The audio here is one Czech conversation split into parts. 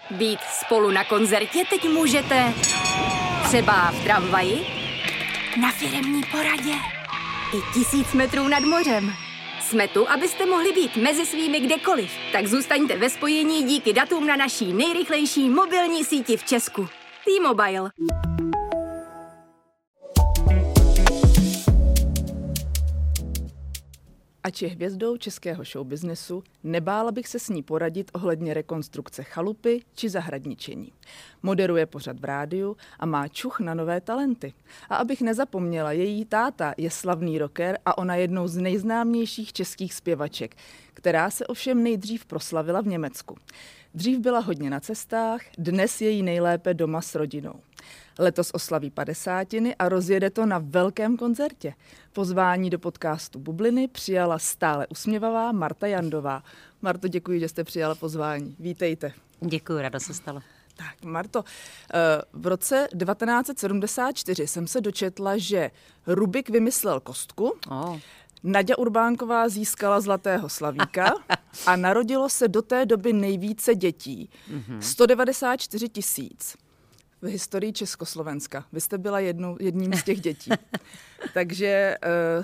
Být spolu na koncertě teď můžete třeba v tramvaji, na firemní poradě i 1000 metrů nad mořem. Jsme tu, abyste mohli být mezi svými kdekoliv. Tak zůstaňte ve spojení díky datům na naší nejrychlejší mobilní síti v Česku. T-Mobile. Ač je hvězdou českého showbiznesu, nebála bych se s ní poradit ohledně rekonstrukce chalupy či zahradničení. Moderuje pořad v rádiu a má čuch na nové talenty. A abych nezapomněla, její táta je slavný rocker a ona jednou z nejznámějších českých zpěvaček, která se ovšem nejdřív proslavila v Německu. Dřív byla hodně na cestách, dnes je jí nejlépe doma s rodinou. Letos oslaví 50 a rozjede to na velkém koncertě. Pozvání do podcastu Bubliny přijala stále usměvavá Marta Jandová. Marto, děkuji, že jste přijala pozvání. Vítejte. Děkuji, ráda se stalo. Tak, Marto, v roce 1974 jsem se dočetla, že Rubik vymyslel kostku, Naďa Urbánková získala zlatého slavíka a narodilo se do té doby nejvíce dětí. 194 000. V historii Československa. Vy jste byla jedním z těch dětí. Takže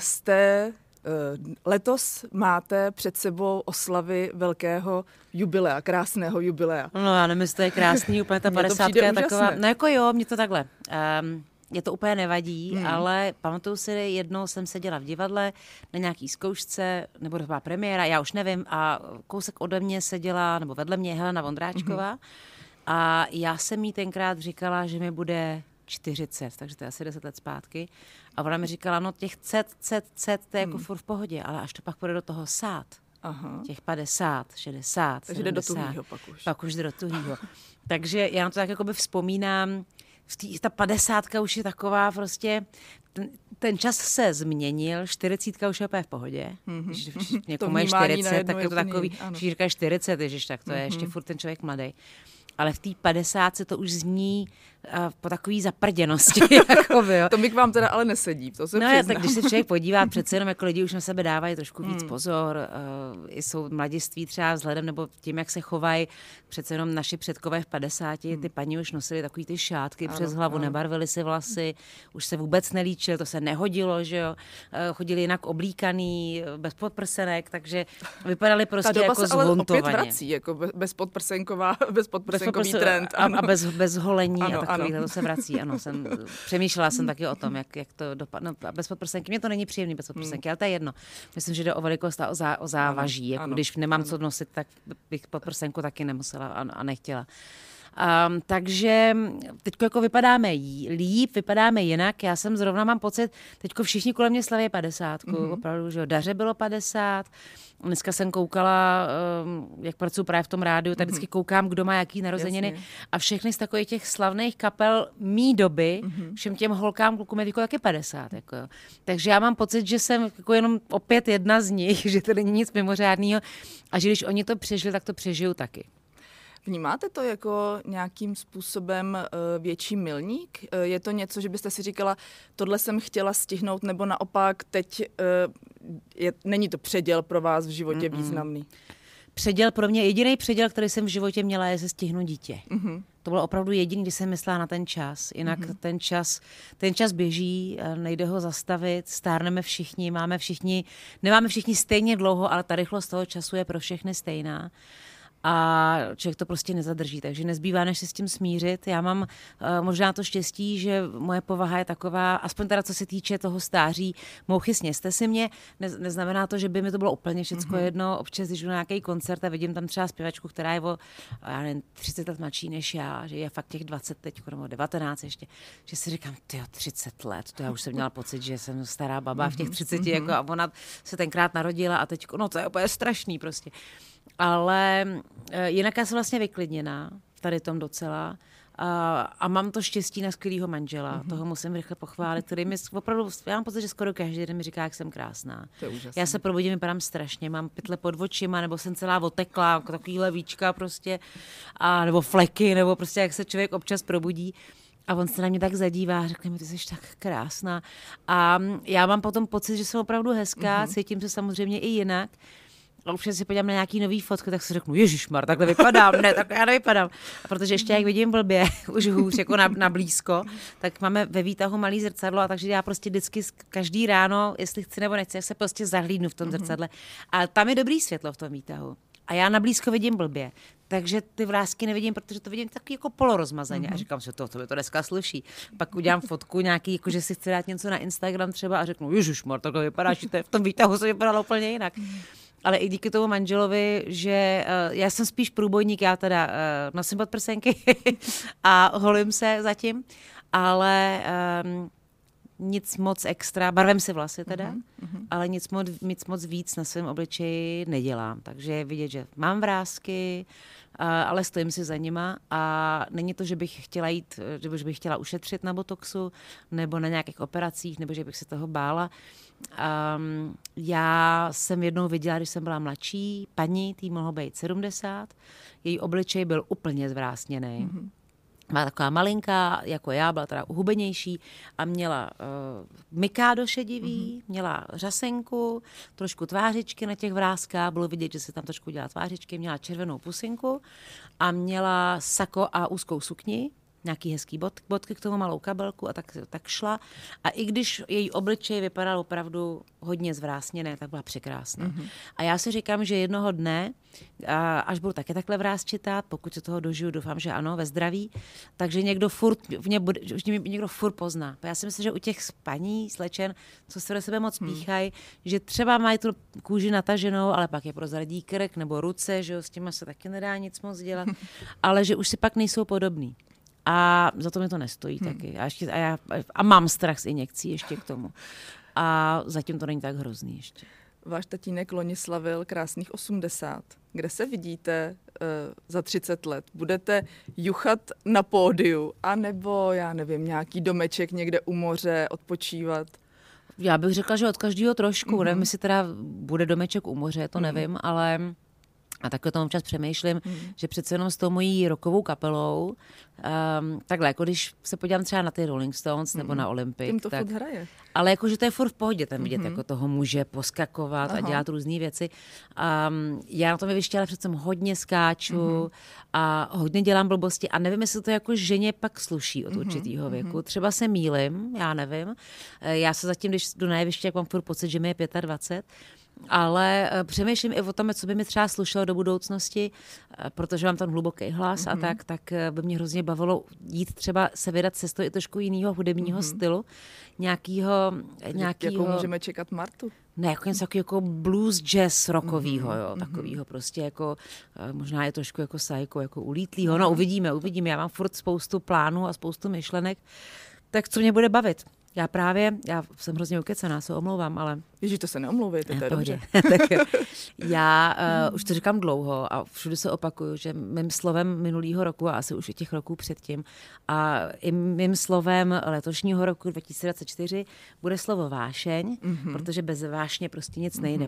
letos máte před sebou oslavy velkého jubilea, krásného jubilea. No já nevím, jestli to je krásný, úplně ta 50 je taková. No jako jo, mě to takhle. Mě to úplně nevadí, ale pamatuju si, jednou jsem seděla v divadle na nějaký zkoušce, nebo to byla premiéra, já už nevím, a kousek ode mě seděla, nebo vedle mě Helena Vondráčková. A já jsem jí tenkrát říkala, že mi bude 40, takže to je asi 10 let zpátky. A ona mi říkala, no těch cet, to je jako furt v pohodě, ale až to pak půjde do toho sát, těch 50, 60, takže 70, jde do tuhýho pak už jde do tuhýho. Takže já na to tak jakoby vzpomínám, ta 50 už je taková prostě, ten čas se změnil, 40 už je úplně v pohodě. Když někomu je 40, tak je to takový, když říká 40, ježiš, tak to je ještě furt ten člověk mladý. Ale v té 50 to už zní po takový zaprděnosti. Jakoby, jo. To mi k vám teda ale nesedí, to se přiznám. Tak když se člověk podívá, přece jenom jako lidi už na sebe dávají trošku víc pozor, jsou mladiství třeba vzhledem, nebo tím, jak se chovají, přece jenom naši předkové v 50, ty paní už nosily takový ty šátky přes hlavu, nebarvily si vlasy, už se vůbec nelíčily, to se nehodilo, že jo. Chodili jinak oblíkaný, bez podprsenek, takže vypadali prostě jako zhuntovaně. Ta doba se ale opět vrací, jako bezpodprsenkový trend. A bez holení a takovýhle, to se vrací, ano. Přemýšlela jsem taky o tom, jak to dopadne. A bez podprsenky, mně to není příjemný bez podprsenky, ale to je jedno. Myslím, že jde o velikost a o závaží. Jako když nemám co nosit, tak bych podprsenku taky nemusela a nechtěla. Takže teďko jako vypadáme líp, vypadáme jinak. Já jsem zrovna mám pocit, teďko všichni kolem mě slaví 50. Opravdu, že Daře bylo 50. Dneska jsem koukala, jak pracuji právě v tom rádiu, tak vždycky koukám, kdo má jaký narozeniny. Jasně. A všechny z takových těch slavných kapel mý doby, všem těm holkám, klukům je taky 50. Jako. Takže já mám pocit, že jsem jako jenom opět jedna z nich, že to není nic mimořádného a že když oni to přežili, tak to přežiju taky. Vnímáte to jako nějakým způsobem větší milník? Je to něco, že byste si říkala, tohle jsem chtěla stihnout, nebo naopak teď není to předěl pro vás v životě významný? Předěl pro mě, jediný předěl, který jsem v životě měla, je se stihnout dítě. To bylo opravdu jediný, když jsem myslela na ten čas. Jinak ten čas běží, nejde ho zastavit, stárneme všichni, nemáme všichni stejně dlouho, ale ta rychlost toho času je pro všechny stejná. A člověk to prostě nezadrží, takže nezbývá, než se s tím smířit. Já mám možná to štěstí, že moje povaha je taková, aspoň teda co se týče toho stáří, mouchy sněste si mě, neznamená to, že by mi to bylo úplně všecko jedno. Občas, když jdu na nějaký koncert a vidím tam třeba zpěvačku, která je o 30 let mladší než já, že je fakt těch 20 teď, nebo 19 ještě, že si říkám, tyjo, 30 let, to já už jsem měla pocit, že jsem stará baba v těch 30, jako, a ona se tenkrát narodila a teď, no to je úplně strašný prostě. Ale jinak já jsem vlastně vyklidněná tady tom docela a mám to štěstí na skvělýho manžela, toho musím rychle pochválit, který mi opravdu, já mám pocit, že skoro každý den mi říká, jak jsem krásná. Já se probudím, vypadám strašně, mám pytle pod očima, nebo jsem celá oteklá, jako takovýhle víčka prostě, nebo fleky, nebo prostě jak se člověk občas probudí. A on se na mě tak zadívá a řekne mi, ty jsi tak krásná. A já mám potom pocit, že jsem opravdu hezká, cítím se samozřejmě i jinak. A už si podívám na nějaký nový fotky, tak si řeknu, ježišmar, takhle vypadám, ne, tak já nevypadám. A protože ještě jak vidím blbě, už hůř, jako na blízko, tak máme ve výtahu malý zrcadlo a takže já prostě vždycky každý ráno, jestli chci nebo nechci, se prostě zahlídnu v tom zrcadle. A tam je dobrý světlo v tom výtahu. A já na blízko vidím blbě. Takže ty vrásky nevidím, protože to vidím taky jako polorozmazeně. A říkám si, to dneska sluší. Pak udělám fotku nějaký, jako že si chci dát něco na Instagram třeba a řeknu, ježišmar, takhle vypadáš, v tom výtahu se vypadalo úplně jinak. Ale i díky tomu manželovi, že já jsem spíš průbojník, já teda nosím podprsenky a holím se zatím, ale nic moc extra, barvem si vlasy teda, ale nic moc víc na svém obličeji nedělám. Takže je vidět, že mám vrásky, ale stojím si za nima a není to, že bych chtěla jít, že bych chtěla ušetřit na botoxu nebo na nějakých operacích, nebo že bych se toho bála. Já jsem jednou viděla, když jsem byla mladší, paní, tý mohlo být 70, její obličej byl úplně zvrásněný. Byla taková malinká, jako já, byla teda uhubenější a měla mikádo šedivý, měla řasenku, trošku tvářičky na těch vrázkách, bylo vidět, že se tam trošku dělá tvářičky, měla červenou pusinku a měla sako a úzkou sukni, nějaký hezký bodky k tomu, malou kabelku a tak šla. A i když její obličej vypadal opravdu hodně zvrásněné, tak byla překrásná. A já si říkám, že jednoho dne, až budu také takhle vrásčitá, pokud se toho dožiju, doufám, že ano, ve zdraví, takže někdo furt pozná. Já si myslím, že u těch paní, slečen, co se do sebe moc píchají, že třeba mají tu kůži nataženou, ale pak je prozradí krk nebo ruce, že jo, s těma se taky nedá nic moc dělat, ale že už si pak nejsou podobný. A za to mi to nestojí taky. A mám strach z injekcí ještě k tomu. A zatím to není tak hrozný ještě. Váš tatínek loni slavil krásných 80. Kde se vidíte za 30 let? Budete juchat na pódiu? A nebo, já nevím, nějaký domeček někde u moře, odpočívat? Já bych řekla, že od každého trošku. Nevím, jestli teda bude domeček u moře, to nevím, ale... A takhle o tom občas přemýšlím, že přece jenom s tou mojí rockovou kapelou, takhle, jako když se podívám třeba na ty Rolling Stones nebo na Olympic. Tím to furt hraje. Ale jakože to je furt v pohodě tam vidět, jako toho muže poskakovat a dělat různé věci. Já na tom jevišti ale přece hodně skáču a hodně dělám blbosti a nevím, jestli to jako ženě pak sluší od určitýho věku. Třeba se mýlim, já nevím. Já se zatím, když jdu na jeviště, jak mám furt pocit, že mi je 25, ale přemýšlím i o tom, co by mi třeba slušelo do budoucnosti, protože mám tam hluboký hlas a tak by mě hrozně bavilo jít třeba se vydat cestou i trošku jiného hudebního stylu, nějakýho... Jakou můžeme čekat Martu? Ne, jako něco jako blues jazz rockovýho, jo, takovýho prostě jako, možná je trošku jako psycho, jako ulítlýho, no uvidíme, já mám furt spoustu plánů a spoustu myšlenek, tak co mě bude bavit? Já jsem hrozně ukecená, se omlouvám, ale... Ježíš, to se neomlouvejte, to je dobře. Tak já už to říkám dlouho a všude se opakuju, že mým slovem minulýho roku a asi už i těch roků předtím a i mým slovem letošního roku 2024 bude slovo vášeň, protože bez vášně prostě nic nejde.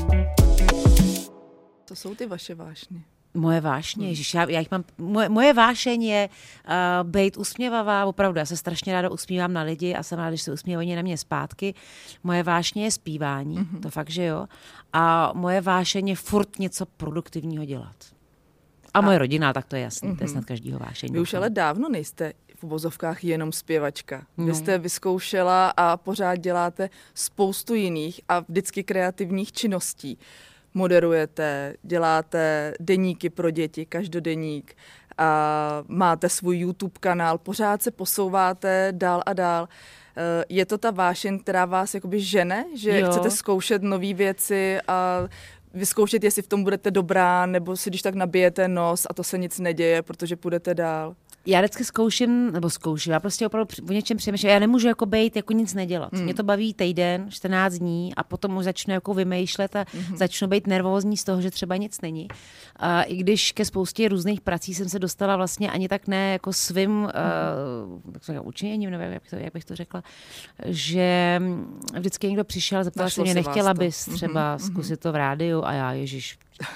To jsou ty vaše vášně. Moje vášně, ježiš, já jich mám, moje vášeň je být usměvavá, opravdu, já se strašně ráda usmívám na lidi a jsem ráda, když se usmívají na mě zpátky. Moje vášně je zpívání, to fakt, že jo. A moje vášeň je furt něco produktivního dělat. A moje rodina, tak to je jasný, to je snad každýho vášeň. Vy už ale dávno nejste v uvozovkách jenom zpěvačka. Vy jste vyzkoušela a pořád děláte spoustu jiných a vždycky kreativních činností. Moderujete, děláte deníky pro děti, každodenník, a máte svůj YouTube kanál, pořád se posouváte dál a dál. Je to ta vášeň, která vás jakoby žene, že chcete zkoušet nové věci a vyzkoušet, jestli v tom budete dobrá, nebo si když tak nabijete nos a to se nic neděje, protože půjdete dál? Já vždycky zkouším, já prostě opravdu o něčem přemýšlím. Já nemůžu jako bejt, jako nic nedělat. Mě to baví týden, 14 dní a potom už začnu jako vymýšlet a začnu být nervózní z toho, že třeba nic není. A i když ke spoustě různých prací jsem se dostala vlastně ani tak ne jako svým učiněním, nevím, jak bych to řekla, že vždycky někdo přišel, zeptal se mě, nechtěla bys třeba zkusit to v rádiu a já, ježiš,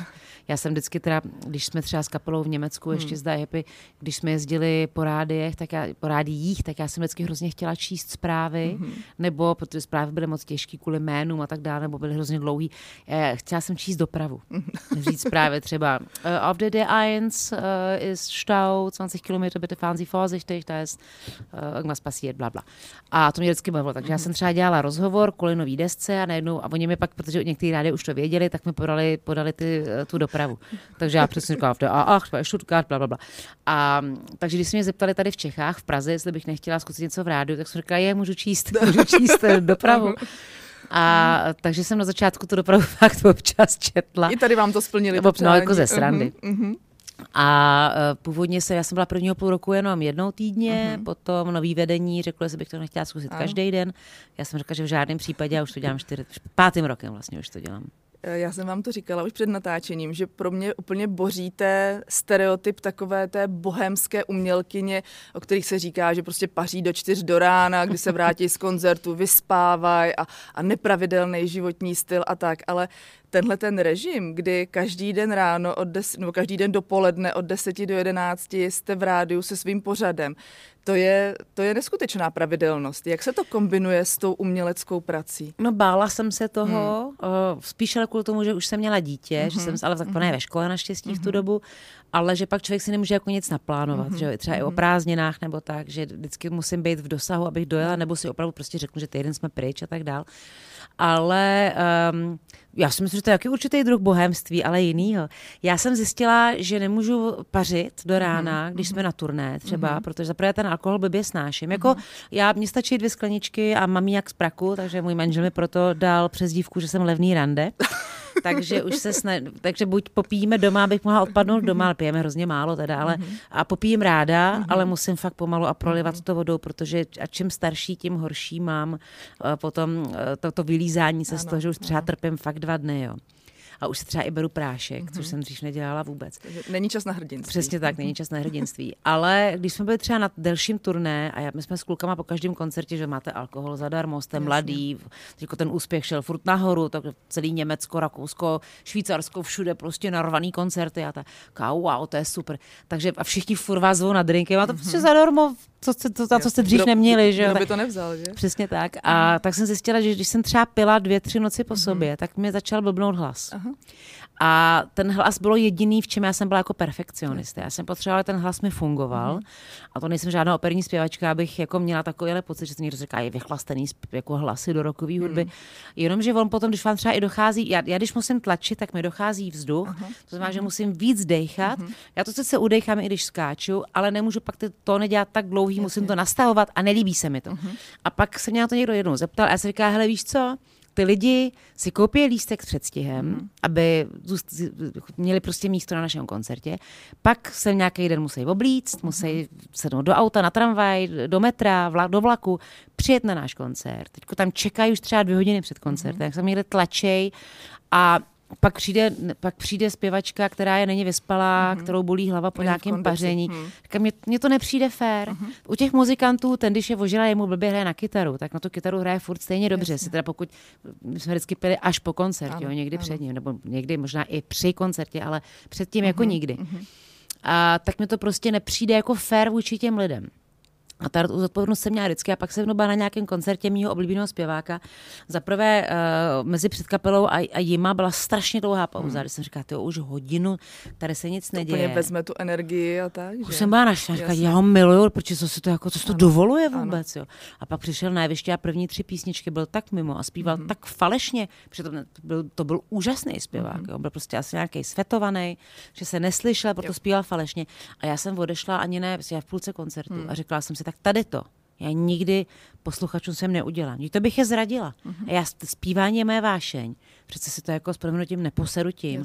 Já jsem vždycky teda, když jsme třeba s kapelou v Německu, ještě z Die Happy, když jsme jezdili po rádiích, tak já jsem vždycky hrozně chtěla číst zprávy, nebo protože zprávy byly moc těžký kvůli jménům a tak dále, nebo byly hrozně dlouhý. Chtěla jsem číst dopravu. Říct zprávy třeba auf der D1 ist Stau, 20 Kilometer, bitte fahren Sie vorsichtig, da ist irgendwas passiert, bla bla. A to mě vždycky bavilo. Takže já jsem třeba dělala rozhovor kvůli nový desce a najednou, a oni mi pak, protože některý rádi už to věděli, tak mi podali tu dopravu. Takže já přesně říkala, to je Stuttgart, bla, bla, bla. A takže když se mě zeptali tady v Čechách, v Praze, jestli bych nechtěla zkusit něco v rádiu, tak jsem říkala, můžu číst dopravu. A takže jsem na začátku tu dopravu fakt občas četla. I tady vám to splnili. No, jako ze srandy. A původně já jsem byla prvního půl roku jenom jednou týdně, potom nový vedení řeklo, že bych to nechtěla zkusit každý den. Já jsem řekla, že v žádném případě, já už to dělám 5. rokem vlastně už to dělám. Já jsem vám to říkala už před natáčením, že pro mě úplně boříte stereotyp takové té bohémské umělkyně, o kterých se říká, že prostě paří do 4 do rána, kdy se vrátí z koncertu, vyspávají a nepravidelný životní styl a tak, ale tenhle ten režim, kdy každý den ráno nebo každý den dopoledne od 10 do 11 jste v rádiu se svým pořadem, to je neskutečná pravidelnost. Jak se to kombinuje s tou uměleckou prací? No bála jsem se toho, spíš ale kvůli tomu, že už jsem měla dítě, že jsem ale takové ve škole naštěstí v tu dobu, ale že pak člověk si nemůže jako nic naplánovat, že třeba i o prázdninách nebo tak, že vždycky musím být v dosahu, abych dojela, nebo si opravdu prostě řeknu, že týden jsme pryč a tak dál. Ale já si myslím, že to je jaký určitý druh bohémství, ale jinýho. Já jsem zjistila, že nemůžu pařit do rána, když jsme na turné třeba, protože zaprvé ten alkohol blbě snáším. Jako mně stačí 2 skleničky a mám jak z praku, takže můj manžel mi proto dal přezdívku, že jsem levný rande. Takže už takže buď popijeme doma, abych mohla odpadnout doma, ale pijeme hrozně málo teda, ale a popijím ráda, ale musím fakt pomalu a prolivat to vodou, protože a čím starší, tím horší mám potom to vylízání se z toho, že už třeba trpím fakt 2 dny, jo. A už si třeba i beru prášek, což jsem dřív nedělala vůbec. Není čas na hrdinství. Přesně tak, není čas na hrdinství. Ale když jsme byli třeba na delším turné a my jsme s klukama po každém koncertě, že máte alkohol zadarmo, jste mladý, jako ten úspěch šel furt nahoru, tak celý Německo, Rakousko, Švýcarsko, všude prostě narvaný koncerty a wow, to je super. Takže a všichni furt vás zvou na drinky, má to prostě zadarmo, co jste dřív neměli, že jo. Kdo by to nevzal, že? Přesně tak. A tak jsem zjistila, že když jsem třeba pila 2-3 noci po sobě, tak mi začal blbnout hlas. A ten hlas bylo jediný, v čem já jsem byla jako perfekcionista. Já jsem potřebovala, ten hlas mi fungoval. A to nejsem žádná operní zpěvačka, abych jako měla takovýhle pocit, že se někdo říká, je vychlastený jako hlasy do rockové hudby. Jenomže on potom, když vám třeba i dochází, já když musím tlačit, tak mi dochází vzduch. To znamená, že musím víc dejchat. Já to sice udejchám, i když skáču, ale nemůžu pak ty tóny dělat tak dlouhý, musím to nastavovat a nelíbí se mi to. A pak se mě na to někdo jednou zeptal a já se říká, hele, víš co? Ty lidi si koupí lístek s předstihem, aby měli prostě místo na našem koncertě. Pak se nějaký den musí oblíct, musí sednout do auta, na tramvaj, do metra, do vlaku, přijet na náš koncert. Teďko tam čekají už třeba 2 hodiny před koncertem, tak se někde tlačej a pak přijde zpěvačka, která je není vyspalá, kterou bolí hlava po nějakém paření. Mně to nepřijde fér. U těch muzikantů, ten, když je ožralý, jemu blbě hraje na kytaru, tak na tu kytaru hraje furt stejně dobře. Si teda pokud my jsme vždycky pili až po koncertě, někdy před ním, nebo někdy možná i při koncertě, ale předtím jako nikdy. A tak mi to prostě nepřijde jako fér vůči těm lidem. A ta zodpovědnost jsem měla vždycky a pak jsem byla na nějakém koncertě mýho oblíbeného zpěváka. Zaprvé mezi předkapelou a jima byla strašně dlouhá pauza, když jsem říkala, už hodinu, tady se nic neděje. Úplně vezme tu energii a tak. Už jsem byla naštvaná, říkala, já ho miluju, protože co si to dovoluje vůbec. Jo. A pak přišel na jeviště a první 3 písničky byl tak mimo a zpíval tak falešně, protože to byl úžasný zpěvák. Jo. Byl prostě asi nějaký svetovaný, že se neslyšel, proto zpíval falešně. A já jsem odešla ani ne, já v půlce koncertu a řekla jsem si, tak tady to. Já nikdy posluchačům jsem neudělám. To bych je zradila. A já zpívání je moje vášeň. Přece si to jako s prominutím neposeru tím,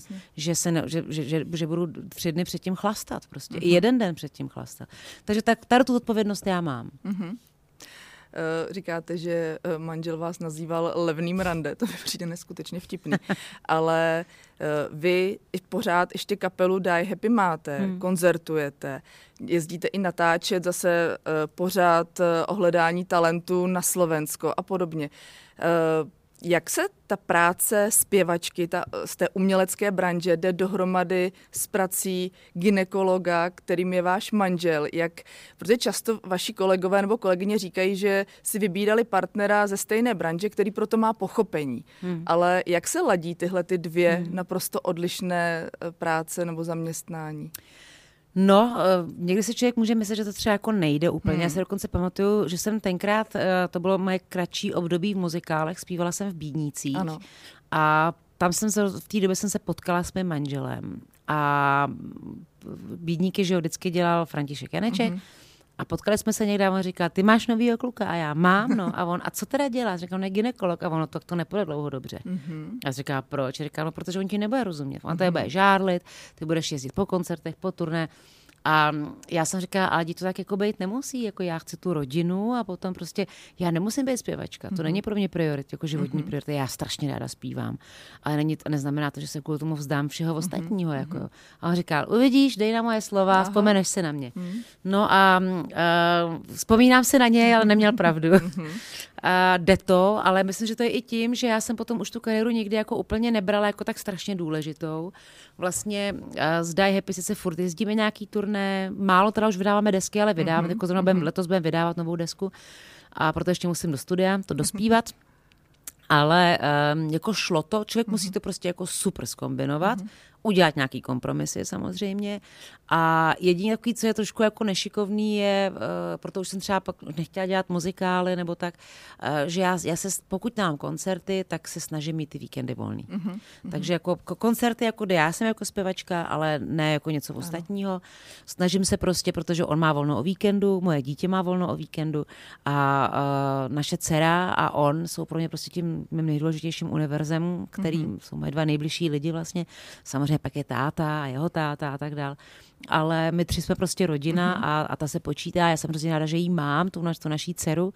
že budu 3 dny předtím chlastat. Prostě. I 1 den předtím chlastat. Takže tady tu odpovědnost já mám. Říkáte, že manžel vás nazýval levným rande, to mi přijde neskutečně vtipný, ale vy pořád ještě kapelu Die Happy máte, koncertujete, jezdíte i natáčet zase pořád o hledání talentu na Slovensko a podobně. Jak se ta práce zpěvačky z té umělecké branže jde dohromady s prací gynekologa, kterým je váš manžel? Protože často vaši kolegové nebo kolegyně říkají, že si vybírali partnera ze stejné branže, který proto má pochopení. Ale jak se ladí tyhle ty dvě naprosto odlišné práce nebo zaměstnání? No, někdy si člověk může myslet, že to třeba jako nejde úplně. Já si dokonce pamatuju, že jsem tenkrát, to bylo moje kratší období v muzikálech, zpívala jsem v Bídnících. Ano. A tam v té době jsem se potkala s mým manželem. A Bídníky, že jo, vždycky dělal František Janeček. A potkali jsme se někde a on říkal, ty máš novýho kluka a já mám, no. A on, a co teda dělá? Říkám, ne, gynekolog. A ono, to nepůjde dlouho dobře. A říká, proč? Říkám, no, protože on ti nebude rozumět. On tady bude žárlit, ty budeš jezdit po koncertech, po turné. A já jsem říkala, ale to tak jako být nemusí, jako já chci tu rodinu a potom prostě, já nemusím být zpěvačka, to není pro mě priorit, jako životní priorita, já strašně ráda zpívám, ale neznamená to, že se kvůli tomu vzdám všeho ostatního, jako. A on říkal, uvidíš, dej na moje slova, vzpomeneš se na mě. No a vzpomínám se na něj, ale neměl pravdu. Jde to, ale myslím, že to je i tím, že já jsem potom už tu kariéru nikdy jako úplně nebrala jako tak strašně důležitou. Vlastně s Die Happy sice furt jezdíme nějaký turné, málo teda už vydáváme desky, ale vydáváme, jako letos budeme vydávat novou desku a proto ještě musím do studia to dospívat. Ale jako šlo to, člověk musí to prostě jako super zkombinovat, udělat nějaký kompromisy samozřejmě. A jediné takový, co je trošku jako nešikovný, je, proto už jsem třeba pak nechtěla dělat muzikály nebo tak, že já se, pokud mám koncerty, tak se snažím mít ty víkendy volný. Takže jako koncerty, jako já jsem jako zpěvačka, ale ne jako něco ostatního. Snažím se prostě, protože on má volno o víkendu, moje dítě má volno o víkendu a naše dcera a on jsou pro mě prostě tím mým nejdůležitějším univerzem, kterým jsou moje dva nejbližší lidi vlastně. Samozřejmě pak je táta a jeho táta a tak dál. Ale my tři jsme prostě rodina a ta se počítá. Já jsem hrozně ráda, že jí mám, tu naší dceru.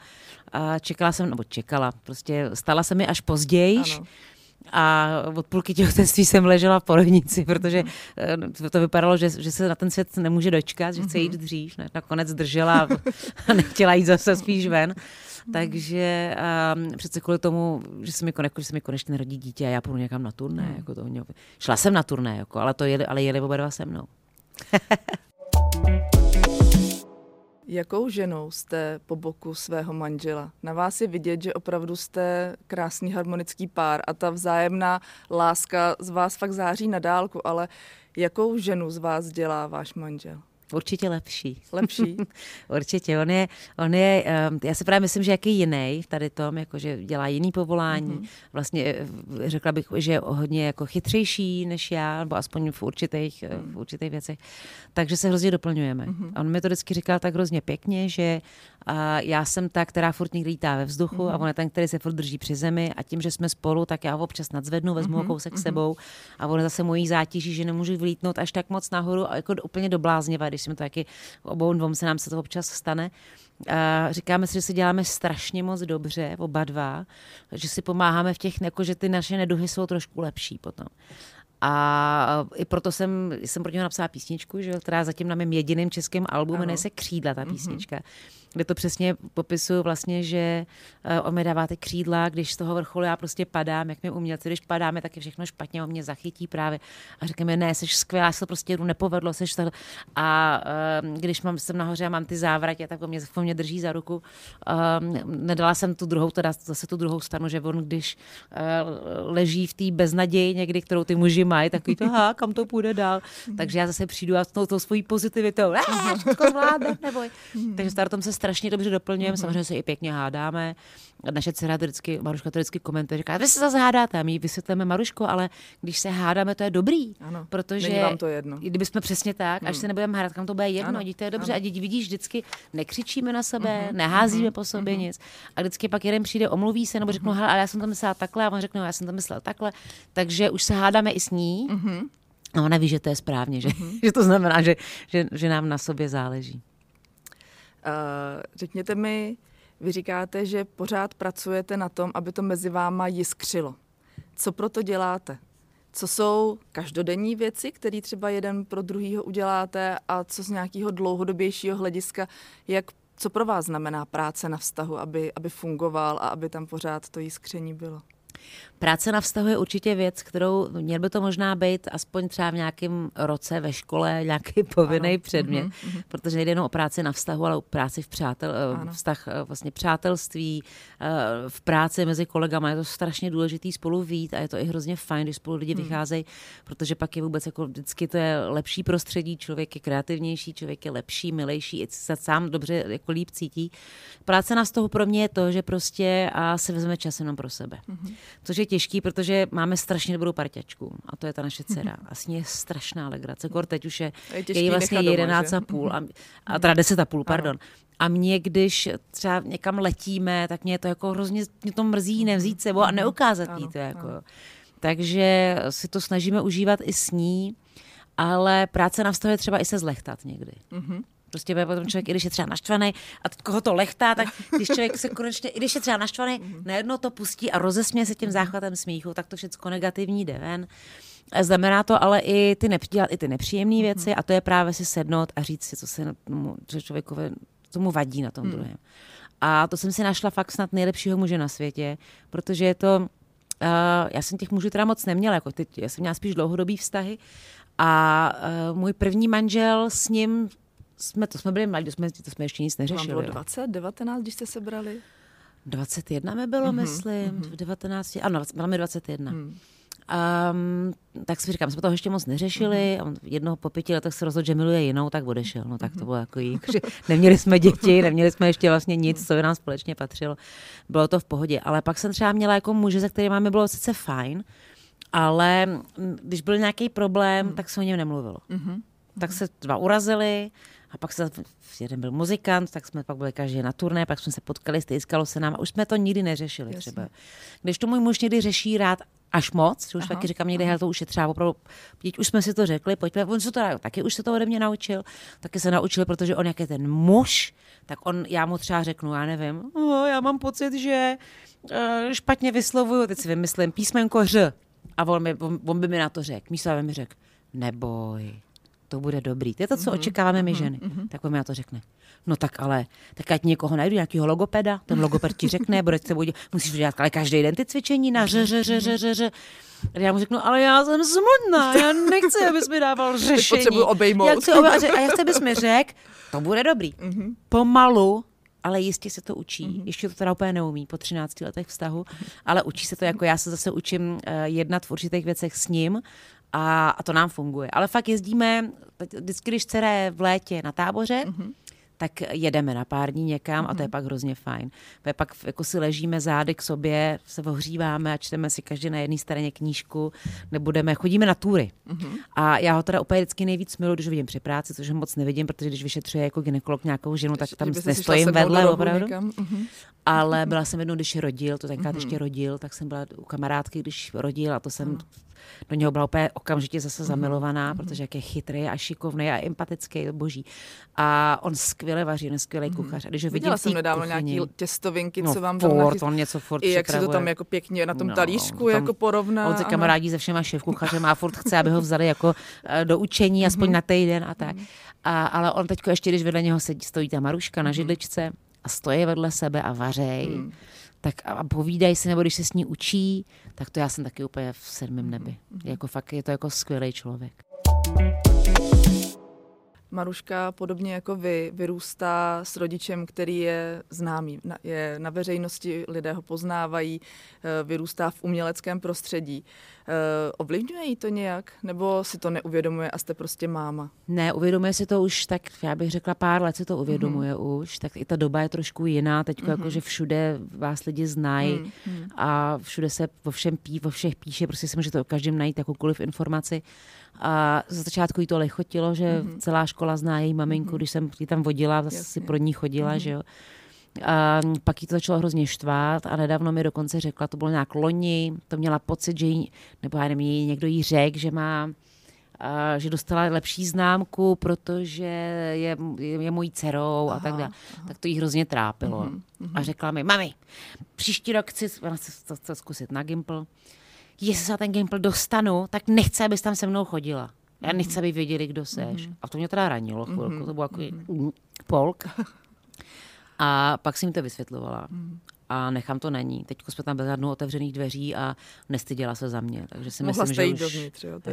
Čekala, prostě stala se mi až později. A od půlky těhotenství jsem ležela v porodnici, protože to vypadalo, že se na ten svět nemůže dočkat, že chce jít dřív. Nakonec držela a nechtěla jít zase spíš ven. Takže přece kvůli tomu, že se mi konečně narodí dítě a já půjdu někam na turné. Jako to, šla jsem na turné, jako, ale jeli oba dva se mnou. Jakou ženou jste po boku svého manžela? Na vás je vidět, že opravdu jste krásný harmonický pár a ta vzájemná láska z vás fakt září na dálku, ale jakou ženu z vás dělá váš manžel? Určitě lepší. Lepší? Určitě. On je, já si právě myslím, že jaký jiný v tady tom, jakože dělá jiný povolání. Vlastně řekla bych, že je hodně jako chytřejší než já, nebo aspoň v určitých věcech. Takže se hrozně doplňujeme. On mi to vždycky říkal tak hrozně pěkně, že já jsem ta, která furt někdy lítá ve vzduchu a on je ten, který se furt drží při zemi a tím, že jsme spolu, tak já ho občas nadzvednu, vezmu ho kousek sebou a on je zase mojí zátěží, že nemůžu vlítnout až tak moc nahoru a jako úplně do blázněva, když jsme to taky obou dvou se nám se to občas stane. Říkáme si, že si děláme strašně moc dobře, oba dva, že si pomáháme v těch, jako že ty naše neduhy jsou trošku lepší potom. A i proto jsem pro něho napsala písničku, že, která zatím na mém jediném českém albu jmenuje se Křídla, ta písnička, kde to přesně popisuju vlastně, že on mi dává ty křídla, když z toho vrcholu já prostě padám, jak my umělci, když padáme, tak je všechno špatně, on mě zachytí právě a říkáme, ne, jsi skvělá, se to prostě nepovedlo, seš to. A když jsem nahoře a mám ty závratě, tak on mě drží za ruku. Nedala jsem tu druhou stranu, že on, když leží v té beznaději někdy, kterou ty muži mají, takový to, kam to půjde dál. Takže já zase přijdu a s tou svojí pozitivitou, všechno zvládne, neboj. Takže s tom se strašně dobře doplňujeme, samozřejmě se i pěkně hádáme. Naše dcera Maruška to vždycky komentuje, říká, vy se zase hádáte a my vysvětlíme, Maruško, ale když se hádáme, to je dobrý. Ano, protože není vám to jedno. Kdybychom přesně tak, až se nebudeme hádat, kam to bude jedno, ano, to je dobře. Ano. A vidíš, vždycky nekřičíme na sebe, neházíme po sobě nic. A vždycky pak jeden přijde, omluví se, nebo řeknu, ale já jsem to myslela takhle, a on řekne, já jsem to myslel takhle. Takže už se hádáme i s ní. A ona ví, že to je správně, že to znamená, že nám na sobě záleží. Řekněte mi, vy říkáte, že pořád pracujete na tom, aby to mezi váma jiskřilo. Co pro to děláte? Co jsou každodenní věci, které třeba jeden pro druhýho uděláte a co z nějakého dlouhodobějšího hlediska, co pro vás znamená práce na vztahu, aby fungoval a aby tam pořád to jiskření bylo? Práce na vztahu je určitě věc, kterou měl by to možná být aspoň třeba v nějakém roce ve škole nějaký povinný předmět, protože nejde jenom o práci na vztahu, ale o práci v vztah vlastně přátelství, v práci mezi kolegama. Je to strašně důležitý spolu vyjít a je to i hrozně fajn, když spolu lidi vycházejí, protože pak je vůbec jako vždycky to je lepší prostředí, člověk je kreativnější, člověk je lepší, milejší, i se sám dobře jako líp cítí. Práce na vztahu pro mě je to, že prostě se vezme čas jenom pro sebe. Což je těžký, protože máme strašně dobrou parťačku a to je ta naše dcera. A s ní je strašná legrace. Teď už je jí vlastně 11,5 a teda 10,5, pardon. A mě, když třeba někam letíme, tak mě to jako hrozně mě to mrzí nevzít sebou a neukázat jí to. Jako. Takže si to snažíme užívat i s ní, ale práce na vztahu je třeba i se zlechtat někdy. Prostě potom člověk, i když je třeba naštvaný a teď koho to lechtá, tak když člověk se konečně, i když je třeba naštvaný, najednou to pustí a rozesměje se tím záchvatem smíchu, tak to všechno negativní jde ven. Znamená to ale i dělat i ty nepříjemné věci a to je právě si sednout a říct si, co člověkovi, co mu vadí na tom druhém. A to jsem si našla fakt snad nejlepšího muže na světě, protože je to, já jsem těch mužů teda moc neměla, jako teď, já jsem měla spíš dlouhodobý vztahy a můj první manžel s ním jsme byli mladí, to jsme ještě nic neřešili. Vám bylo 20, 19, když jste se brali? 21 mi bylo, myslím, v 19, ano, bylo mi 21. Tak si říkám, jsme toho ještě moc neřešili, a on jednoho po 5 letech se rozhodl, že miluje jinou, tak odešel. No tak to bylo jako že neměli jsme děti, neměli jsme ještě vlastně nic, co by nám společně patřilo. Bylo to v pohodě, ale pak jsem třeba měla jako muže, se kterými mi bylo sice fajn, ale když byl nějaký problém, tak se o něm nemluvilo. Tak se 2 urazili, a pak jeden byl muzikant, tak jsme pak byli každý na turné, pak jsme se potkali, stýskalo se nám a už jsme to nikdy neřešili. Třeba. Když to můj muž někdy řeší rád až moc, že už taky říkám někdy, hele, to už je třeba opravdu, už jsme si to řekli, pojďme, on se to taky už se to ode mě naučil, taky se naučil, protože on jak je ten muž, tak já mu třeba řeknu, já nevím, já mám pocit, že špatně vyslovuju, teď si vymyslím písmenko Ř a on by mi na to řekl, místo aby mi řekl, neboj, to bude dobrý. To je to, co očekáváme my ženy. Tak on mi na to řekne. No tak ale, tak ať někoho najdu, nějakýho logopeda, ten logoped ti řekne, musíš dělat ale každý den ty cvičení na ř. A já mu řeknu, ale já jsem smutná, já nechci, abys mi dával řešení. Potřebuji obejmout. A já chci, abys mi řekl, to bude dobrý. Pomalu, ale jistě se to učí. Ještě to teda úplně neumí po 13 letech vztahu, ale učí se to, jako já se zase učím jednat v určitých věcech s ním, a to nám funguje. Ale fakt jezdíme, vždycky, když dcera je v létě na táboře, tak jedeme na pár dní někam a to je pak hrozně fajn. Pak jako si ležíme zády k sobě, se ohříváme a čteme si každý na jedné straně knížku, chodíme na túry. A já ho teda úplně vždycky nejvíc miluji, když ho vidím při práci, což ho moc nevidím, protože když vyšetřuje jako gynekolog nějakou ženu, tak tam nestojím vedle opravdu. Ale byla jsem jednou, když rodil, to tenkrát ještě rodil, tak jsem byla u kamarádky, když rodil a to jsem do něho byla úplně okamžitě zase zamilovaná, protože jak je chytrý a šikovný a empatický, boží. A on skvěle vaří, on je skvělý kuchař. A když ho vidím viděla jsem nedávno nějaký těstovinky, co vám tam on něco furt i jak si to tam jako pěkně na tom talířku jako porovná. On se kamarádí se všema šéfkuchařem a furt chce, aby ho vzali jako do učení, aspoň na týden a tak. Ale on teďko ještě, když vedle něho stojí ta Maruška na židličce a stojí vedle sebe a vařej, tak a povídají si, nebo když se s ní učí, tak to já jsem taky úplně v 7. nebi. Jako fakt je to jako skvělý člověk. Maruška, podobně jako vy, vyrůstá s rodičem, který je známý. Je na veřejnosti, lidé ho poznávají, vyrůstá v uměleckém prostředí. Ovlivňuje jí to nějak? Nebo si to neuvědomuje a jste prostě máma? Ne, uvědomuje si to už, tak já bych řekla pár let si to uvědomuje už. Tak i ta doba je trošku jiná. Teď jakože všude vás lidi znají a všude se o všech píše. Prostě si můžete o každém najít jakoukoliv informaci. A za začátku jí to lechotilo, že celá škola zná její maminku, když jsem ji tam vodila, zase si pro ní chodila, že jo. A pak jí to začalo hrozně štvát a nedávno mi dokonce řekla, to bylo nějak loni, to měla pocit, že někdo jí řekl, že dostala lepší známku, protože je mojí dcerou a tak dále. Tak to jí hrozně trápilo. A řekla mi, mami, příští rok chci to zkusit na Gimpl. Jestli se na ten Gimpl dostanu, tak nechci, abys tam se mnou chodila. Já nechci, aby věděli, kdo seš. A to mě teda ranilo chvilku, to bylo jako polk. A pak jsem jim to vysvětlovala. a nechám to na ní. Teď jsme tam bez žádnou otevřených dveří a nestyděla se za mě. Takže si Mohla myslím, jste že jít už... dovnitř, jo?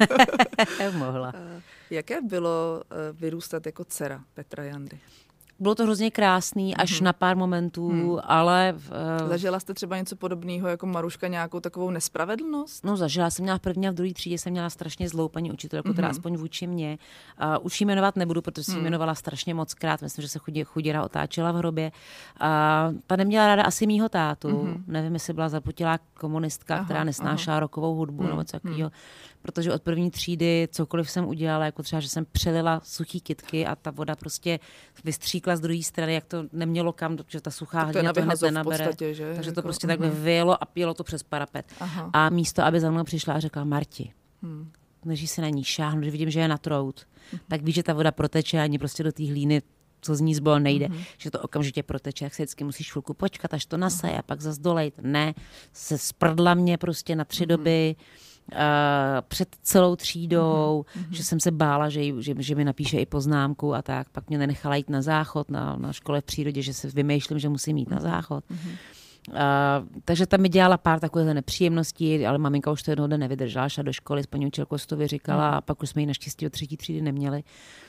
Mohla. Jaké bylo vyrůstat jako dcera Petra Jandy? Bylo to hrozně krásný, až na pár momentů, ale... Zažila jste třeba něco podobného jako Maruška, nějakou takovou nespravedlnost? No, zažila jsem měla v první a v druhé třídě, jsem měla strašně zlou paní učitelku, teda aspoň vůči mě. Už ji jmenovat nebudu, protože si ji jmenovala strašně moc krát, myslím, že se chuděra otáčela v hrobě. Ta neměla ráda asi mýho tátu, nevím, jestli byla zaputilá komunistka, která nesnášela rockovou hudbu nebo co takového. Protože od první třídy cokoliv jsem udělala, jako třeba, že jsem přelila suchý kytky a ta voda prostě vystříkla z druhé strany, jak to nemělo kam, protože ta suchá hlina to hned nenabere. Podstatě, že? Takže to jako, prostě takhle vyjelo a pělo to přes parapet. A místo, aby za mnou přišla a řekla: Marti, než si na ní šáhnu, že vidím, že je na trout, tak víš, že ta voda proteče a ani prostě do té hlíny, co z ní zbylo, nejde, že to okamžitě proteče, jak se vždycky musíš chvilku počkat, až to nasaje a pak zas dolejt. Ne, se sprdla mě prostě na 3 doby, před celou třídou, že jsem se bála, že mi napíše i poznámku a tak. Pak mě nenechala jít na záchod na škole v přírodě, že se vymýšlím, že musím jít na záchod. Takže tam mi dělala pár takových nepříjemností, ale maminka už to jednoho dne nevydržela, šla do školy, s paní učitelkou si to vyříkala a pak už jsme ji naštěstí od 3. třídy neměli.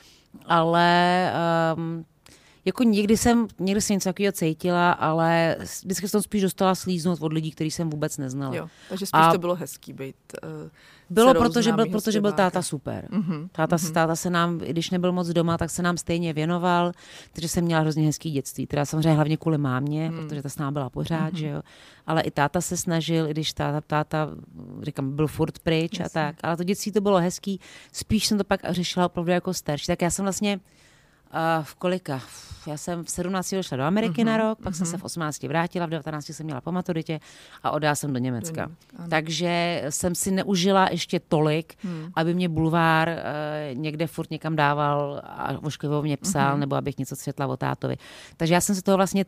Ale jako někdy jsem něco takového cítila, ale vždycky jsem spíš dostala slíznout od lidí, který jsem vůbec neznala. Jo, takže spíš to bylo hezký být. Bylo, protože byl táta super. Táta se nám, i když nebyl moc doma, tak se nám stejně věnoval, takže jsem měla hrozně hezký dětství. Teda samozřejmě hlavně kvůli mámě, protože ta s námi byla pořád, že jo. Ale i táta se snažil, i když táta říkám, byl furt pryč a tak. Ale to dětství to bylo hezký. Spíš jsem to pak řešila opravdu jako starší. Tak já jsem vlastně v kolika? Já jsem v 17 šla do Ameriky na rok, pak jsem se v 18 vrátila, v 19 jsem měla po maturitě a odjela jsem do Německa. Takže jsem si neužila ještě tolik, aby mě bulvár někde furt někam dával a ošklivou mě psal, nebo abych něco četla o tátovi. Takže já jsem se toho vlastně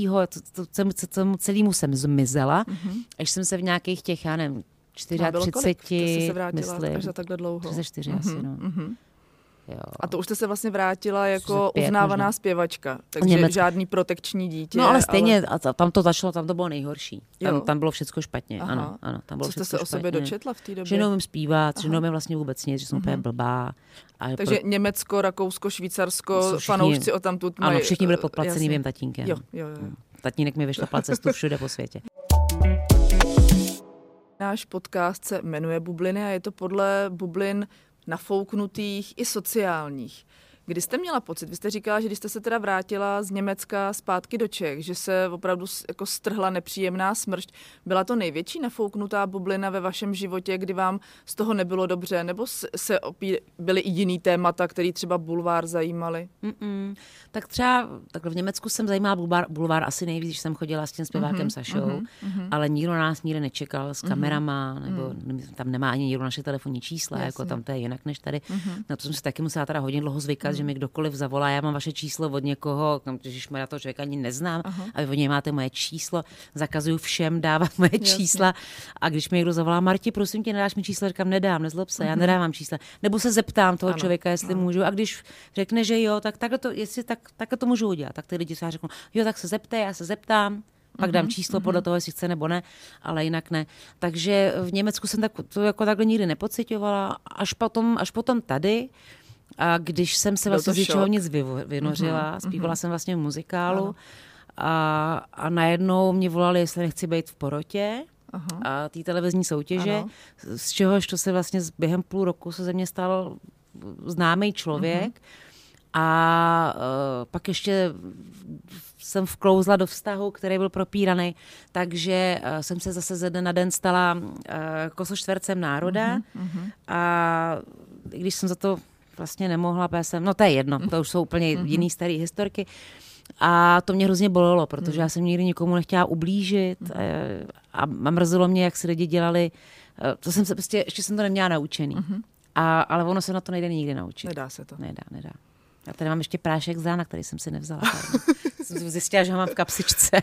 celému jsem zmizela, až jsem se v nějakých těch, já nevím, 34, myslím. Až za takhle dlouho. 34 asi, no. Jo. A to už jste se vlastně vrátila jako uznávaná zpěvačka, takže žádný protekční dítě. No ale stejně, tam to začalo, tam to bylo nejhorší. Tam bylo všechno špatně. Ano, tam bylo. Co jste se o sobě dočetla v té době? Že neumím zpívat, že neumím vlastně vůbec nic, že jsem úplně blbá. Takže Německo, Rakousko, Švýcarsko, fanoušci o tamtud mají... Ano, všichni byli podplacený mým tatínkem. Jo. Tatínek mi vyšlapal cestu všude po světě. Náš podcast se jmenuje Bubliny a je to podle bublin nafouknutých i sociálních. Kdy jste měla pocit, vy jste říkala, že když jste se teda vrátila z Německa zpátky do Čech, že se opravdu jako strhla nepříjemná smršť. Byla to největší nafouknutá bublina ve vašem životě, kdy vám z toho nebylo dobře, nebo byly i jiný témata, které třeba bulvár zajímaly? Tak třeba takhle v Německu jsem zajímala bulvár asi nejvíc, když jsem chodila s tím zpěvákem Sašou, ale nikdo nás nikde nečekal s kamerama, nebo tam nemá ani nikdo naše telefonní čísla, jako tam to je jinak než tady. Na to jsem se taky musela teda hodně dlouho zvykat, že mi kdokoliv zavolá, já mám vaše číslo od někoho, ježišmarja, toho člověka ani neznám, a vy od něj máte moje číslo, zakazuju všem dávat moje čísla, a když mi někdo zavolá: Marti, prosím tě, nedáš mi číslo, říkám: nedám, nezlob se, já nedávám čísla. Nebo se zeptám toho člověka, jestli můžu, a když řekne, že jo, tak takhle to můžu udělat. Tak ty lidi se řeknou: jo, tak se zeptej, já se zeptám. Pak dám číslo podle toho, jestli chce nebo ne, ale jinak ne. Takže v Německu jsem to jako takhle nikdy nepocitovala, až potom tady. A když jsem se vlastně z ničeho nic vynořila, zpívala jsem vlastně v muzikálu a najednou mě volali, jestli nechci být v porotě a té televizní soutěže, z čehož to se vlastně během půl roku se ze mě stal známý člověk. A pak ještě jsem vklouzla do vztahu, který byl propíraný, takže jsem se zase ze dne na den stala kosoštvercem národa a když jsem za to vlastně nemohla, no to je jedno, to už jsou úplně jiný staré historky. A to mě hrozně bolelo, protože já jsem nikdy nikomu nechtěla ublížit a mrzelo mě, jak si lidi dělali, to jsem se prostě, ještě jsem to neměla naučený. Ale ono se na to nejde nikdy naučit. Nedá se to. Nedá. Já tady mám ještě prášek z rána, který jsem si nevzala. Jsem zjistila, že ho mám v kapsičce.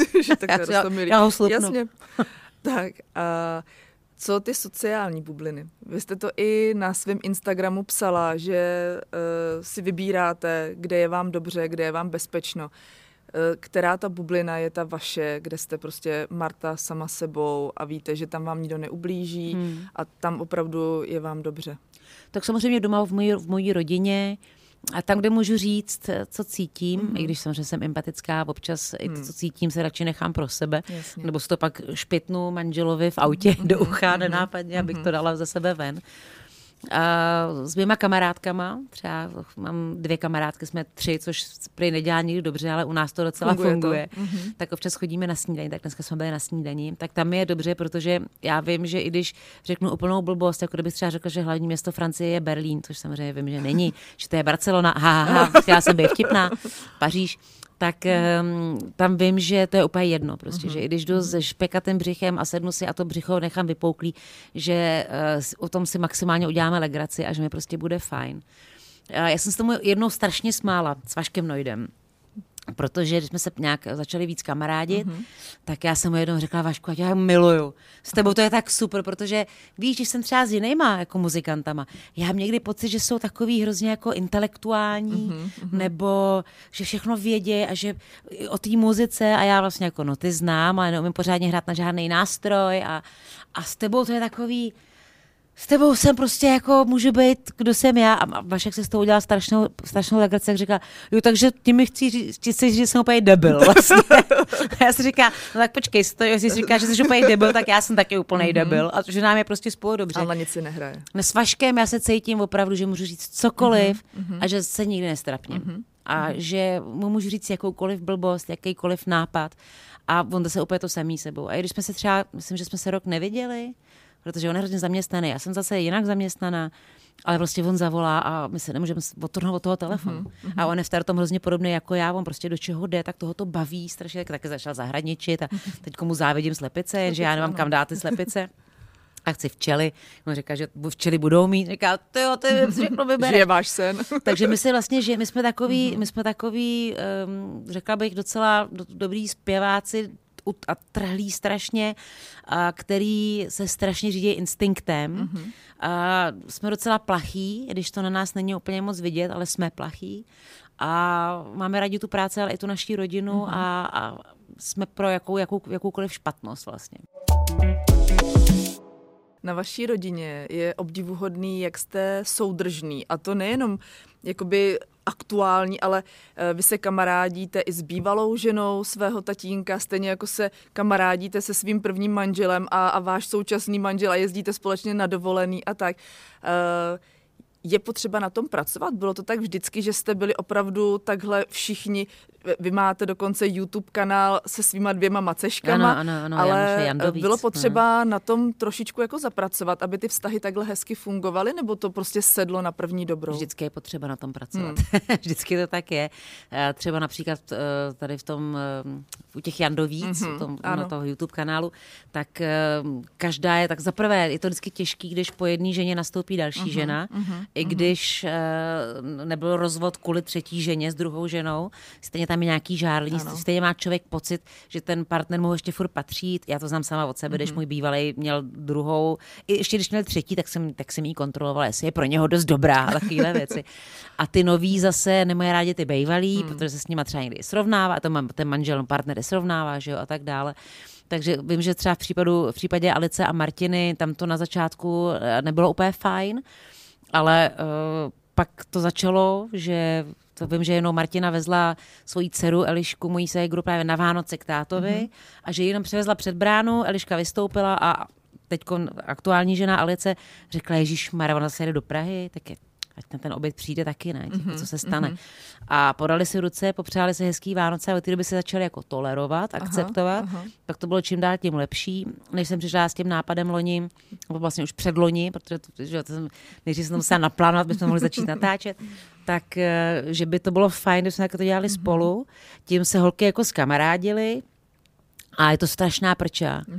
Já ho slupnu. Jasně. Tak a co ty sociální bubliny? Vy jste to i na svém Instagramu psala, že si vybíráte, kde je vám dobře, kde je vám bezpečno. která ta bublina je ta vaše, kde jste prostě Marta sama sebou a víte, že tam vám nikdo neublíží a tam opravdu je vám dobře? Tak samozřejmě doma v mojí rodině a tam, kde můžu říct, co cítím, i když samozřejmě jsem empatická, občas i to, co cítím, se radši nechám pro sebe, Jasně. nebo si to pak špitnu manželovi v autě do ucha nenápadně, abych to dala ze sebe ven. A s dvěma kamarádkama, třeba mám 2 kamarádky, jsme 3, což prý nedělá nikdy dobře, ale u nás to docela funguje. Tak občas chodíme na snídani, tak dneska jsme byli na snídani, tak tam je dobře, protože já vím, že i když řeknu úplnou blbost, jako kdybych třeba řekla, že hlavní město Francie je Berlín, což samozřejmě vím, že není, že to je Barcelona, chtěla jsem být vtipná, Paříž, tak tam vím, že to je úplně jedno prostě, že i když jdu se špekatým břichem a sednu si a to břicho nechám vypouklý, že o tom si maximálně uděláme legraci a že mi prostě bude fajn. Já jsem se tomu jednou strašně smála s Vaškem Nojdem. Protože když jsme se nějak začali víc kamarádit, tak já jsem mu jednou řekla, Vašku, já tě miluju. S tebou to je tak super, protože víš, když jsem třeba s jinýma jako muzikantama, já mám někdy pocit, že jsou takový hrozně jako intelektuální, nebo že všechno vědí a že o té muzice a já vlastně jako noty znám, ale neumím pořádně hrát na žádný nástroj a s tebou to je takový. S tebou jsem prostě jako můžu být, kdo jsem já. A Vašek se s tou udělal strašnou legraci, jak říká, jo, takže ty mi chceš říct, že jsem úplně debil vlastně. A já si říkám, no tak počkej, jestli jsi říká, že jsi úplně debil, tak já jsem taky úplnej debil. A že nám je prostě spolu dobře. Ale nic si nehraje. S Vaškem já se cítím opravdu, že můžu říct cokoliv a že se nikdy nestrapním. A že mu můžu říct jakoukoliv blbost, jakýkoliv nápad. A on se úplně to samý sebou. A i když jsme se třeba, myslím, že jsme se rok neviděli, protože on je hrozně zaměstnaný. Já jsem zase jinak zaměstnaná, ale prostě on zavolá a my se nemůžeme odtrhnout od toho telefonu. A on je v tom hrozně podobný jako já, on prostě do čeho jde, tak toho to baví strašně, taky začal zahradničit a teď komu závidím slepice, jenže já nemám kam dát ty slepice. A chci včely. On říká, že včely budou mít. Říká, to všechno vybere. Že je váš sen. Takže my si vlastně, že my jsme takový, řekla bych, docela dobrý zpěváci, a trhlí strašně, který se strašně řídí instinktem. A jsme docela plachý, když to na nás není úplně moc vidět, ale jsme plachý. A máme rádi tu práci, ale i tu naši rodinu a jsme pro jakoukoliv špatnost vlastně. Na vaší rodině je obdivuhodný, jak jste soudržný. A to nejenom jakoby aktuální, ale vy se kamarádíte i s bývalou ženou svého tatínka, stejně jako se kamarádíte se svým prvním manželem a váš současný manžel a jezdíte společně na dovolený a tak. Je potřeba na tom pracovat? Bylo to tak vždycky, že jste byli opravdu takhle všichni, vy máte dokonce YouTube kanál se svýma 2 maceškama, ano, ale bylo potřeba na tom trošičku jako zapracovat, aby ty vztahy takhle hezky fungovaly, nebo to prostě sedlo na první dobrou? Vždycky je potřeba na tom pracovat. Vždycky to tak je. Třeba například tady u těch Jandovíc, na toho YouTube kanálu, tak každá je, tak zaprvé je to vždycky těžký, když po jedné ženě nastoupí další žena, i když nebyl rozvod kvůli 3. ženě s druhou ženou, stejně tam je nějaký žárlení, stejně má člověk pocit, že ten partner mu ještě furt patří. Já to znám sama od sebe, když můj bývalý měl druhou, i ještě když měl 3., tak jsem jí kontrolovala, jestli je pro něho dost dobrá a takovéhle věci. A ty noví zase nemají rádi ty bývalí, protože se s nima třeba někdy srovnává, a ten manžel, partner srovnává, že jo, a tak dále. Takže vím, že třeba v případě Alice a Martiny tam to na začátku nebylo úplně fajn, ale pak to začalo, že to vím, že jenom Martina vezla svoji dceru Elišku, mojí ségru, právě na Vánoce k tátovi a že ji jenom přivezla před bránu, Eliška vystoupila a teď aktuální žena Alice řekla, ježišmarja, ona se jede do Prahy, tak ať na ten oběd přijde taky, ne? Co se stane. A podali si ruce, popřáli si hezký Vánoce a od té doby se začali jako tolerovat, akceptovat. Pak to bylo čím dál tím lepší. Než jsem přišla s tím nápadem loni, nebo vlastně už předloni, protože nejdřív jsem to musela naplánovat, bychom mohli začít natáčet, tak že by to bylo fajn, kdybychom to dělali spolu. Tím se holky jako zkamarádily. A je to strašná prča.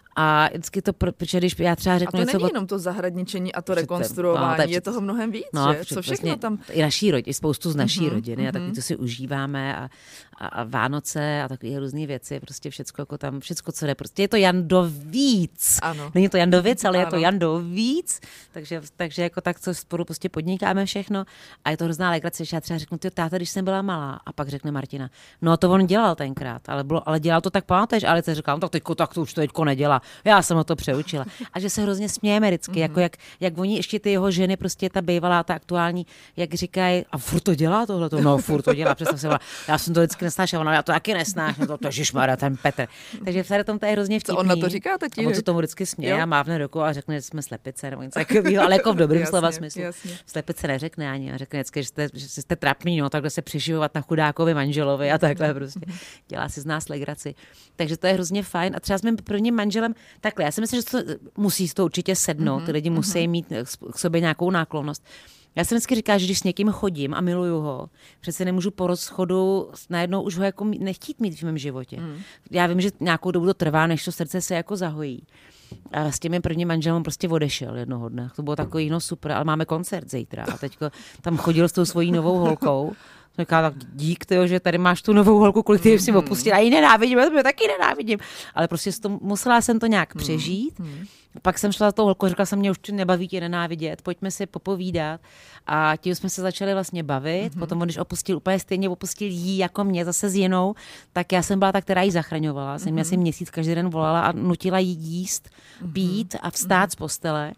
A vždycky to, protože když já třeba řeknu... A to není jenom to zahradničení a to rekonstruování, je toho mnohem víc, že? Co všechno tam... I naší rodiny, spoustu z naší rodiny a takový, to si užíváme a Vánoce a takové různé věci, prostě všecko jako tam, všecko, co jde, prostě je to Jandovíc. Ano. Není to Jandovic, ale je to Jandovíc, takže jako tak, co spolu prostě podnikáme všechno a je to hrozná legrace, že já třeba řeknu, ty táta, když jsem byla malá a pak řekne Martina, no to on dělal tenkrát, ale dělal to tak, pamatuješ, ale teď říkám, tak to už teďko nedělá. Já jsem ho to přeučila. A že se hrozně smějeme vždycky, jako jak oni ještě ty jeho ženy, prostě ta bývalá, ta aktuální, jak říkají, a furt to dělá tohleto, no furt to dělá, představ se, já jsem to vždycky nesnášela, ona já to taky nesnáším, to ježišmarja, ten Petr. Takže v tom to je hrozně vtipný. Co on na to říká tatínek? On se tomu vždycky směje a mávne rukou a řekne, že jsme slepice nebo něco takového, ale jako v dobrém slova smyslu. Slepice neřekne ani, a řekne vždycky, že jste trapný, no, takhle se přiživovat na chudákovi manželovi a takhle prostě. Dělá si z nás legraci. Takže to je hrozně fajn. A třeba s mým prvním manželem takhle, já si myslím, že to musí to určitě sednout, ty lidi musí mít k sobě nějakou náklonnost. Já jsem vždycky říkala, že když s někým chodím a miluju ho, přece nemůžu po rozchodu najednou už ho jako nechtít mít v mém životě. Já vím, že nějakou dobu to trvá, než to srdce se jako zahojí. A s těmi prvním manželem prostě odešel jednoho dne. To bylo takový, no super, ale máme koncert zítra. A teďko tam chodil s tou svojí novou holkou. Říká, tak dík, tyjo, že tady máš tu novou holku, kvůli který si opustil. A ji nenávidím, já to taky nenávidím. Ale prostě musela jsem to nějak přežít. Pak jsem šla za tou holkou, řekla jsem, mě už nebaví tě nenávidět, pojďme si popovídat. A tím jsme se začali vlastně bavit. Potom, když opustil úplně stejně, opustil jí jako mě zase s jinou, tak já jsem byla ta, která ji zachraňovala. Jsem asi měsíc každý den volala a nutila jí jíst, pít a vstát z postele.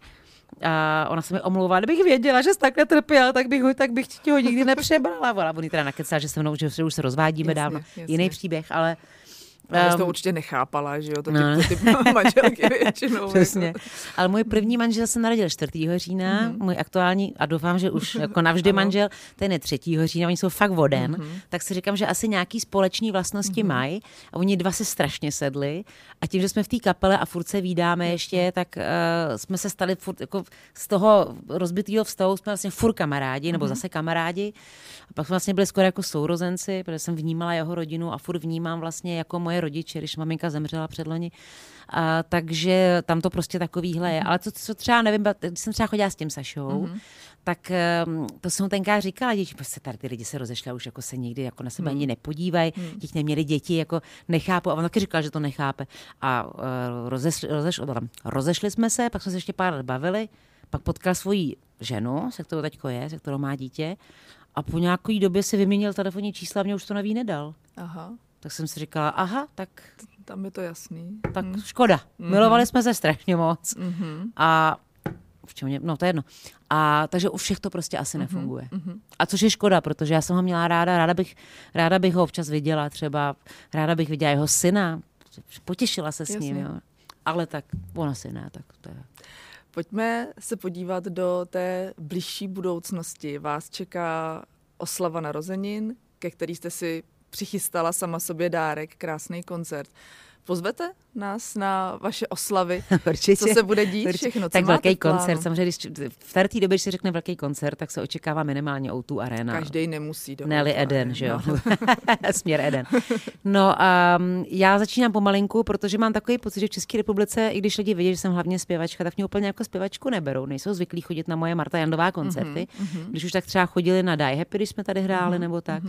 A ona se mi omlouvá, kdybych věděla, že jsi takhle trpěla, tak bych ti ho nikdy nepřebrala. On jí teda nakecala, že se mnou, že už se rozvádíme dávno. Jiný příběh, ale... Ale to určitě nechápala, že jo, to typ manželky většinou. Přesně. Jako. Ale můj první manžel se narodil 4. října, můj aktuální, a doufám, že už jako navždy manžel, ten je 3. října, oni jsou fakt voden, tak si říkám, že asi nějaký společný vlastnosti mají a oni dva se strašně sedli a tím, že jsme v té kapele a furt se vídáme ještě, tak jsme se stali furt, jako z toho rozbitého vztahu jsme vlastně furt kamarádi, nebo zase kamarádi. A pak jsme vlastně byli skoro jako sourozenci, protože jsem vnímala jeho rodinu a furt vnímám vlastně jako moje rodiče, když maminka zemřela předloni. Takže tam to prostě takovýhle je. Ale co třeba nevím, když jsem třeba chodila s tím Sašou, tak to jsem tenkrát říkala, děti, prostě tady ty lidi se rozešli a už jako se nikdy jako na sebe ani nepodívají, děti neměli děti, jako nechápu. A on taky říkal, že to nechápe. A rozešli jsme se, pak jsme se ještě pár let bavili, pak potkal svoji ženu, se kterou teďko je, se kterou má dítě. A po nějaké době si vyměnil telefonní čísla a mě už to nový nedal. Aha. Tak jsem si říkala, tak... Tam je to jasný. Tak škoda. Milovali jsme se strašně moc. A v čem no to je jedno. A takže u všech to prostě asi nefunguje. A což je škoda, protože já jsem ho měla ráda bych ho občas viděla třeba, ráda bych viděla jeho syna, potěšila se s ním, jo. Ale tak on asi ne, tak to je... Pojďme se podívat do té bližší budoucnosti. Vás čeká oslava narozenin, ke který jste si přichystala sama sobě dárek, krásný koncert. Pozvete nás na vaše oslavy? Určitě. Co se bude dít všechno? Tak velký koncert. Samozřejmě, když v té době, když se řekne velký koncert, tak se očekává minimálně O2 Arena. Každý nemusí. Nelly Eden, že jo? No. Směr Eden. No a já začínám pomalinku, protože mám takový pocit, že v České republice, i když lidi vidí, že jsem hlavně zpěvačka, tak mě úplně jako zpěvačku neberou. Nejsou zvyklí chodit na moje Marta Jandová koncerty. Když už tak třeba chodili na Die Happy, když jsme tady hráli, nebo tak.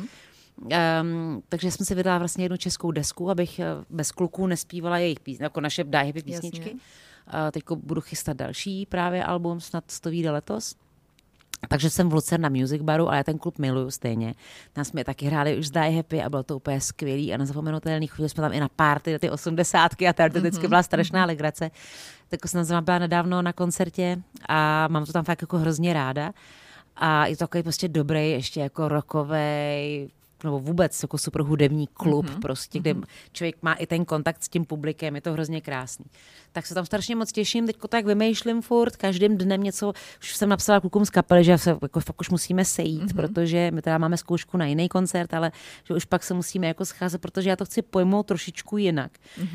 Takže jsem si vydala vlastně jednu českou desku, abych bez kluků nespívala jejich písničky, jako naše Die Happy písničky. Teďko budu chystat další právě album, snad to vyjde letos. Takže jsem v Lucerna Music Baru, ale já ten klub miluju stejně. Tam jsme taky hráli už z Die Happy a bylo to úplně skvělý a nezapomenutelný. Chodili jsme tam i na party, ty 80 a tady to vždycky byla strašná legrace. Tak jsem byla nedávno na koncertě a mám to tam fakt jako hrozně ráda. A je to takový prostě dobrý, ještě jako rockovej, nebo vůbec jako super hudební klub, prostě, kde člověk má i ten kontakt s tím publikem, je to hrozně krásný. Tak se tam strašně moc těším, teďko tak vymýšlím furt, každým dnem něco, už jsem napsala klukům z kapely, že se jako fakt už musíme sejít, protože my teda máme zkoušku na jiný koncert, ale že už pak se musíme jako scházet, protože já to chci pojmout trošičku jinak.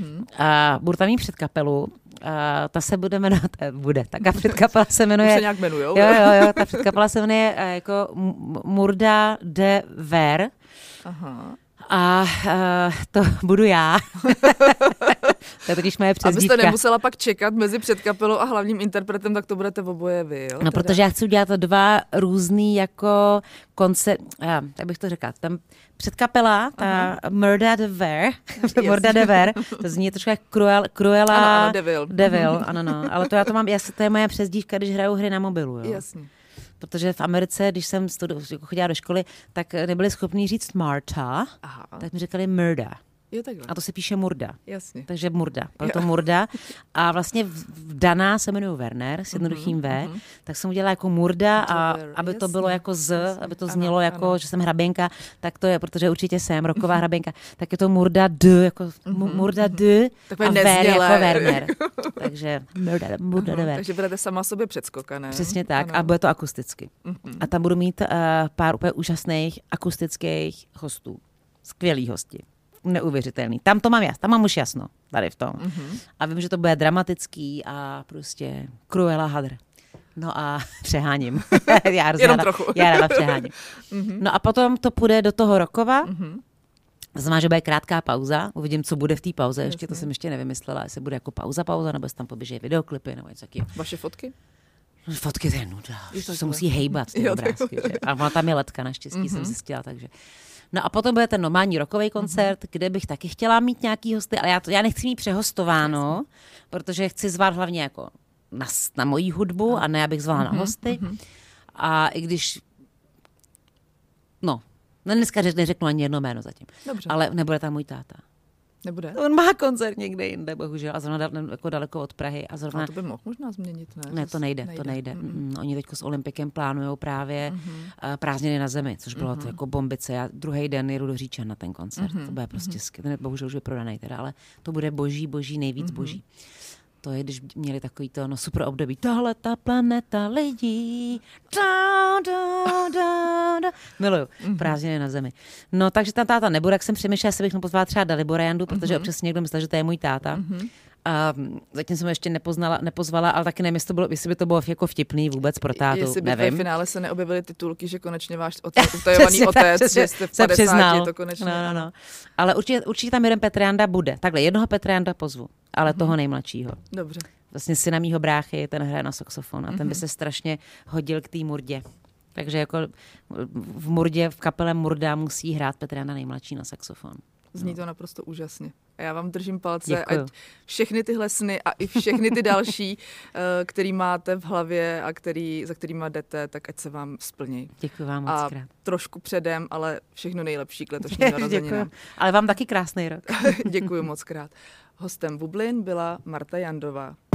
A budu tam mít předkapelu, ta se bude jmenovat, ta předkapela se jmenuje... Už se nějak jmenujou. Jo, ta předkapela se jmenuje jako Murda de Ver. Aha. A to budu já. To je totiž moje přezdívka. Abyste nemusela pak čekat mezi předkapelou a hlavním interpretem, tak to budete oboje vy, jo? No, protože já chci udělat 2 různý jako tak bych to řekla. Tam předkapela, ta Murda de Ver, Murda de Ver, to zní trošku jak Cruella ano, Devil, ano, ale to já to mám, to je moje přezdívka, když hraju hry na mobilu, jo. Jasně. Protože v Americe, když jsem chodila do školy, tak nebyli schopní říct Marta, tak mi říkali Murda. Jo, takhle. A to se píše Murda. Jasně. Takže Murda. Bylo to Murda. A vlastně v Daná se jmenuji Werner s jednoduchým V, tak jsem udělala jako Murda a aby to bylo jako aby to znělo jako, že jsem hraběnka, tak to je, protože určitě jsem roková hraběnka, tak je to Murda D, jako Murda D a Ver jako Werner. Takže Murda de Ver. Takže budete sama sobě předskoka, ne? Přesně tak. A bude to akusticky. A tam budu mít pár úplně úžasných akustických hostů. Skvělý hosti. Neuvěřitelný. Tam to mám tam mám už jasno, tady v tom. A vím, že to bude dramatický a prostě Cruella hadr. No a přeháním. Já ráda přeháním. No a potom to půjde do toho Rokova. To znamená, že bude krátká pauza. Uvidím, co bude v té pauze. Ještě to jsem ještě nevymyslela, jestli bude jako pauza, nebo jestli tam poběží videoklipy, nebo něco takového. Vaše fotky? Fotky to je nuda. To se musí hejbat, ty obrázky. A ona tam je letka, naštěstí jsem zjistila, takže. No a potom bude ten normální rockový koncert, kde bych taky chtěla mít nějaký hosty, ale já nechci mít přehostováno, protože chci zvát hlavně jako na moji hudbu a ne, abych zvala na hosty. A i když, dneska neřeknu ani jedno jméno zatím, dobře. Ale nebude tam můj táta. Nebude? On má koncert někde jinde, bohužel, a zrovna jako daleko od Prahy. A to by mohl možná změnit, ne? Ne, to nejde. Oni teďko s Olympikem plánujou právě prázdniny na zemi, což bylo to jako bombice. Já druhý den jedu do Říčan na ten koncert. To bude prostě bohužel už vyprodaný teda, ale to bude boží, nejvíc boží. To je, když měli takový to super období. Tohle ta planeta lidí. Miluju. Prázdniny na zemi. No, takže tam táta nebude, jak jsem přemýšlela, jestli bych nepozvala třeba Dalibora Jandu, protože občas někdo myslel, že to je můj táta. A zatím jsem ho ještě nepozvala, ale taky nevím, jestli by to bylo jako vtipný vůbec pro tátu. Jestli by nevím. ve finále se neobjevily titulky, že konečně váš utajovaný otec, že jste v 50 přiznal. to konečně. No. Ale určitě tam jeden Petr Janda bude. Takhle, jednoho Petra Janda pozvu, ale toho nejmladšího. Dobře. Vlastně syna mýho bráchy, ten hraje na saxofon a ten by se strašně hodil k té Murdě. Takže jako v kapele Murda musí hrát Petr Janda nejmladší na saxofon. Zní to naprosto úžasně. A já vám držím palce, ať všechny tyhle sny a i všechny ty další, který máte v hlavě a za kterýma jdete, tak ať se vám splní. Děkuji vám moc krát. A trošku předem, ale všechno nejlepší k letošním narozeninám. Ale vám taky krásný rok. Děkuji moc krát. Hostem Bublin byla Marta Jandová.